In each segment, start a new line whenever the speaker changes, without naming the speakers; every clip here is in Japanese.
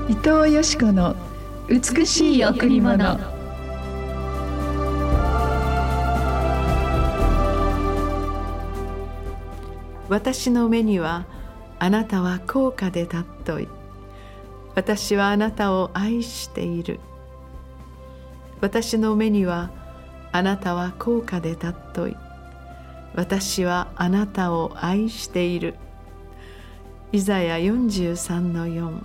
伊藤よし子の美しい贈り物。
私の目にはあなたは高価で尊い。私はあなたを愛している。私の目にはあなたは高価で尊い。私はあなたを愛している。イザヤ 43-4。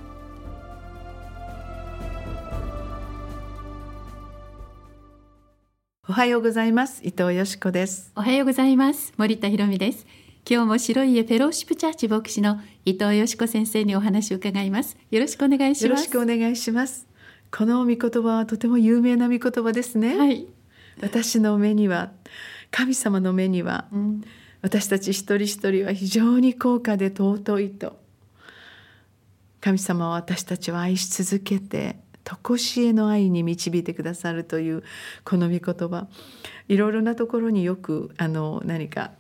おはようございます。伊藤よし子です。
おはようございます。森田ひろみです。今日も白い家フェローシップチャーチ牧師の伊藤よし子先生にお話を伺います。よろしくお願いします。
よろしくお願いします。この御言葉はとても有名な御言葉ですね。
はい、
私の目には、神様の目には、私たち一人一人は非常に高価で尊いと。神様は私たちを愛し続けて、常しえの愛に導いてくださるというこの御言葉、いろいろなところによく何か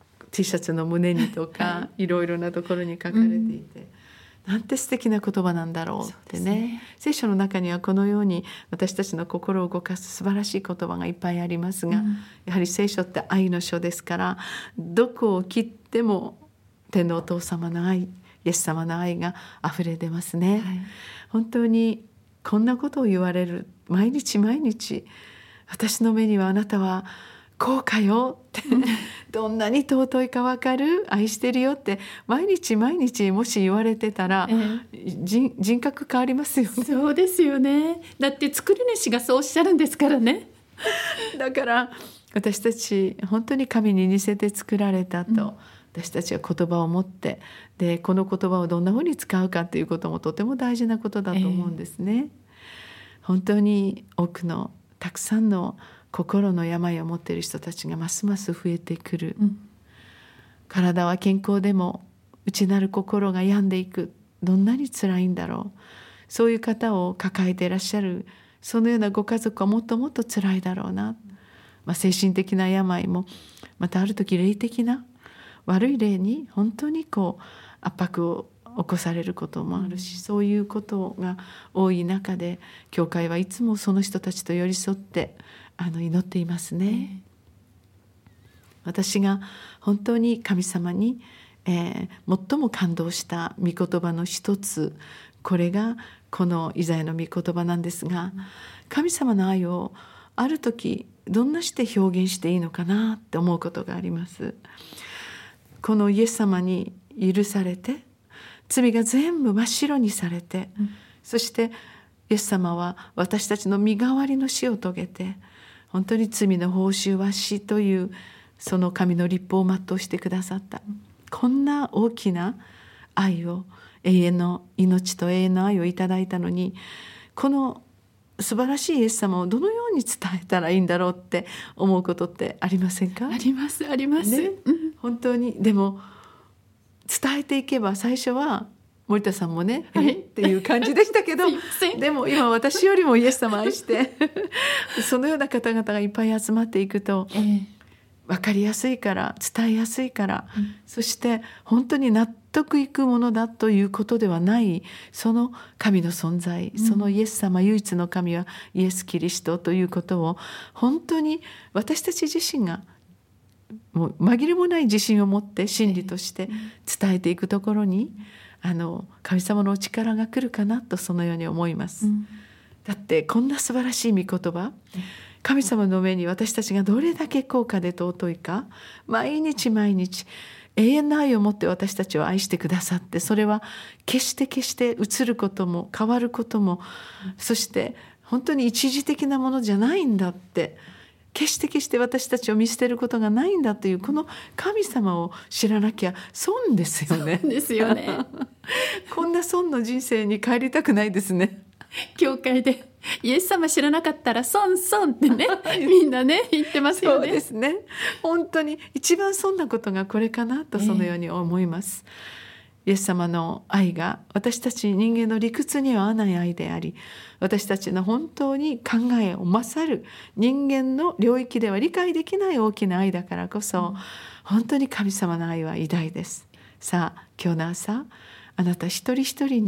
T シャツの胸にとか、はい、いろいろなところに書かれていて、なんて素敵な言葉なんだろうってね。聖書の中にはこのように私たちの心を動かす素晴らしい言葉がいっぱいありますが、やはり聖書って愛の書ですから、どこを切っても天のお父様の愛、イエス様の愛があふれ出ますね。はい、本当にこんなことを言われる。毎日毎日、私の目にはあなたは高価よってどんなに尊いか分かる、愛してるよって毎日毎日もし言われてたら、人格変わりますよね。
そうですよね。だって作り主がそうおっしゃるんですからね。
だから私たち本当に神に似せて作られたと、私たちは言葉を持って、でこの言葉をどんなふうに使うかということもとても大事なことだと思うんですね。本当に多くのたくさんの心の病を持っている人たちがますます増えてくる。体は健康でも内なる心が病んでいく。どんなに辛いんだろう。そういう方を抱えていらっしゃるそのようなご家族はもっともっと辛いだろうな。精神的な病も、またある時霊的な悪い霊に本当に圧迫を起こされることもあるし、そういうことが多い中で、教会はいつもその人たちと寄り添って祈っていますね。私が本当に神様に、最も感動した御言葉の一つ、これがこのイザヤの御言葉なんですが、神様の愛をある時どんなして表現していいのかなって思うことがあります。このイエス様に許されて、罪が全部真っ白にされて、そしてイエス様は私たちの身代わりの死を遂げて、本当に罪の報酬は死というその神の律法を全うしてくださった。こんな大きな愛を、永遠の命と永遠の愛をいただいたのに、この素晴らしいイエス様をどのように伝えたらいいんだろうって思うことってありませんか？
ありますあります、ね、
本当に。でも伝えていけば、最初は森田さんもね、っていう感じでしたけどでも今私よりもイエス様愛してそのような方々がいっぱい集まっていくと、分かりやすいから、伝えやすいから、そして本当に納得いくものだということではない、その神の存在、そのイエス様、唯一の神はイエス・キリストということを、本当に私たち自身がもう紛れもない自信を持って真理として伝えていくところに、神様のお力が来るかなと、そのように思います。だってこんな素晴らしい御言葉、神様の目に私たちがどれだけ高価で尊いか、毎日毎日永遠の愛を持って私たちを愛してくださって、それは決して移ることも変わることも、そして本当に一時的なものじゃないんだって、決して私たちを見捨てることがないんだという、この神様を知らなきゃ損ですよね。
そうですよね
こんな損の人生に帰りたくないですね。
教会でイエス様知らなかったら損ってねみんなね言ってますよね。
そうですね。本当に一番損なことがこれかなと、そのように思います。イエス様の愛が私たち人間の理屈には合わない愛であり、私たちの本当に考えを勝る人間の領域では理解できない大きな愛だからこそ、本当に神様の愛は偉大です。さあ今日の朝、あなた一人一人に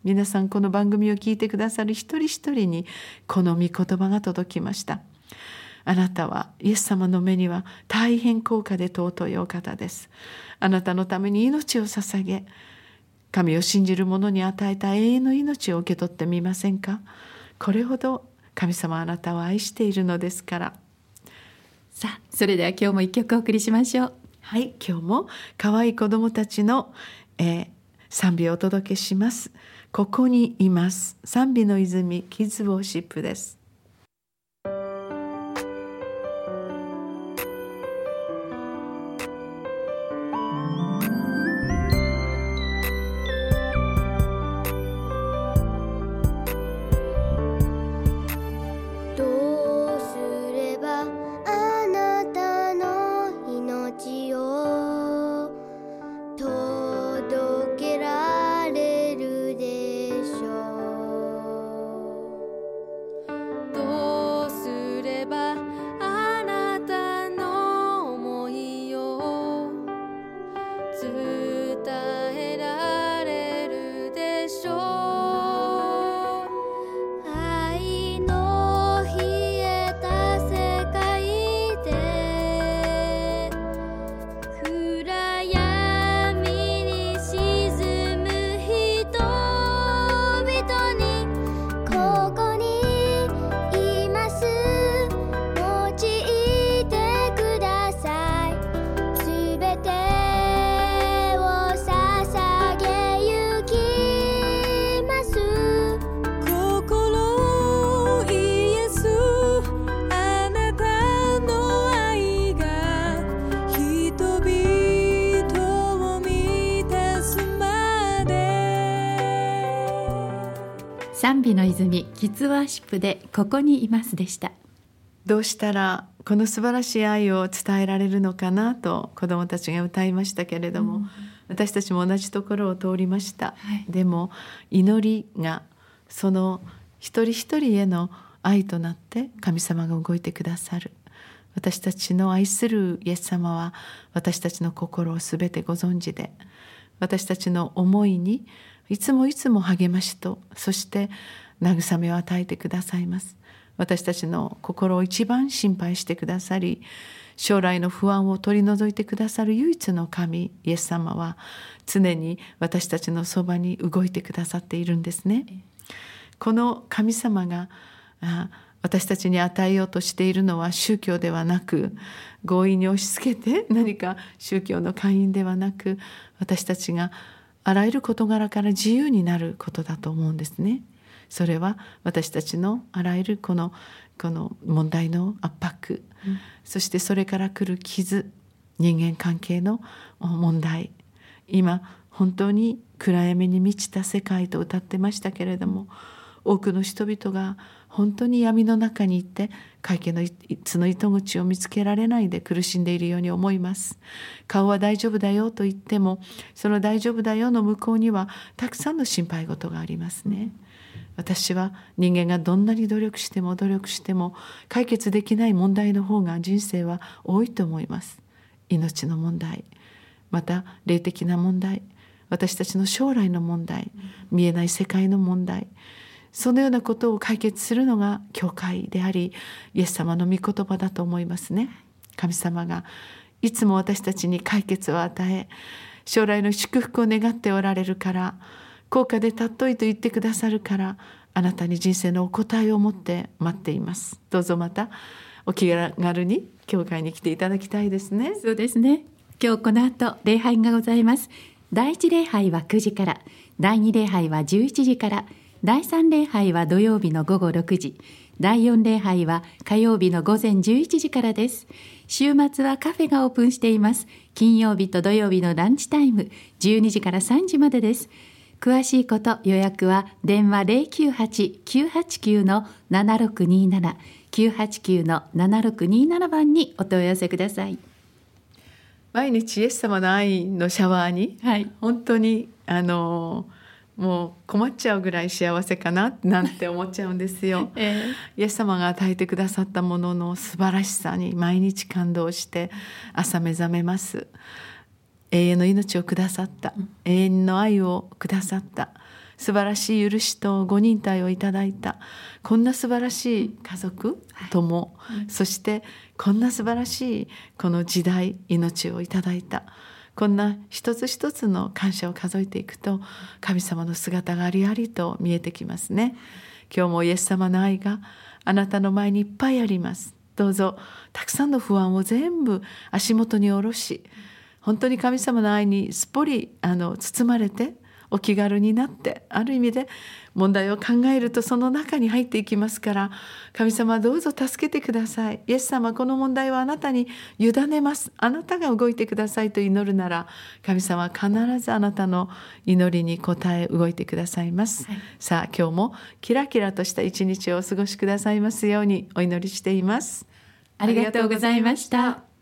皆さん、この番組を聞いてくださる一人一人にこの御言葉が届きました。あなたはイエス様の目には大変高価で尊いお方です。あなたのために命を捧げ、神を信じる者に与えた永遠の命を受け取ってみませんか。これほど神様はあなたを愛しているのですから。
さあ、それでは今日も一曲お送りしましょう。
はい、今日も可愛い子どもたちの、賛美をお届けします。ここにいます。賛美の泉キッズウォーシップです。
賛美の泉キッズワーシップでここにいますでした。
どうしたらこの素晴らしい愛を伝えられるのかなと子どもたちが歌いましたけれども、私たちも同じところを通りました、でも祈りがその一人一人への愛となって神様が動いてくださる。私たちの愛するイエス様は私たちの心をすべてご存知で、私たちの思いにいつもいつも励ましと、そして慰めを与えてくださいます。私たちの心を一番心配してくださり、将来の不安を取り除いてくださる唯一の神イエス様は常に私たちのそばに動いてくださっているんですね。この神様が私たちに与えようとしているのは宗教ではなく、強引に押し付けて何か宗教の会員ではなく、私たちがあらゆる事柄から自由になることだと思うんですね。それは私たちのあらゆるこの問題の圧迫、そしてそれから来る傷、人間関係の問題、今本当に暗闇に満ちた世界と歌ってましたけれども、多くの人々が本当に闇の中にいて解決のその糸口を見つけられないで苦しんでいるように思います。顔は大丈夫だよと言っても、その大丈夫だよの向こうにはたくさんの心配事がありますね。私は人間がどんなに努力しても解決できない問題の方が人生は多いと思います。命の問題、また霊的な問題、私たちの将来の問題、見えない世界の問題、そのようなことを解決するのが教会であり、イエス様の御言葉だと思いますね。神様がいつも私たちに解決を与え、将来の祝福を願っておられるから、高価で尊いと言ってくださるから、あなたに人生のお答えを持って待っています。どうぞまたお気軽に教会に来ていただきたいですね。
そうですね。今日この後礼拝がございます。第一礼拝は9時から、第二礼拝は11時から、第3礼拝は土曜日の午後6時、第4礼拝は火曜日の午前11時からです。週末はカフェがオープンしています。金曜日と土曜日のランチタイム、12時から3時までです。詳しいこと予約は電話 098-989-7627 989-7627 番にお問い合わせください。
毎日イエス様の愛のシャワーに、本当にもう困っちゃうぐらい幸せかななんて思っちゃうんですよ、イエス様が与えてくださったものの素晴らしさに毎日感動して朝目覚めます。永遠の命をくださった、永遠の愛をくださった、 素晴らしい許しとご忍耐をいただいた、こんな素晴らしい家族、友、そしてこんな素晴らしいこの時代、命をいただいた、こんな一つ一つの感謝を数えていくと、神様の姿がありありと見えてきますね。今日もイエス様の愛があなたの前にいっぱいあります。どうぞたくさんの不安を全部足元に下ろし、本当に神様の愛にすっぽり包まれて、お気軽になって、ある意味で問題を考えるとその中に入っていきますから、神様どうぞ助けてください。イエス様、この問題はあなたに委ねます。あなたが動いてくださいと祈るなら、神様は必ずあなたの祈りに応え動いてくださいます、さあ今日もキラキラとした一日をお過ごしくださいますようにお祈りしています。
ありがとうございました。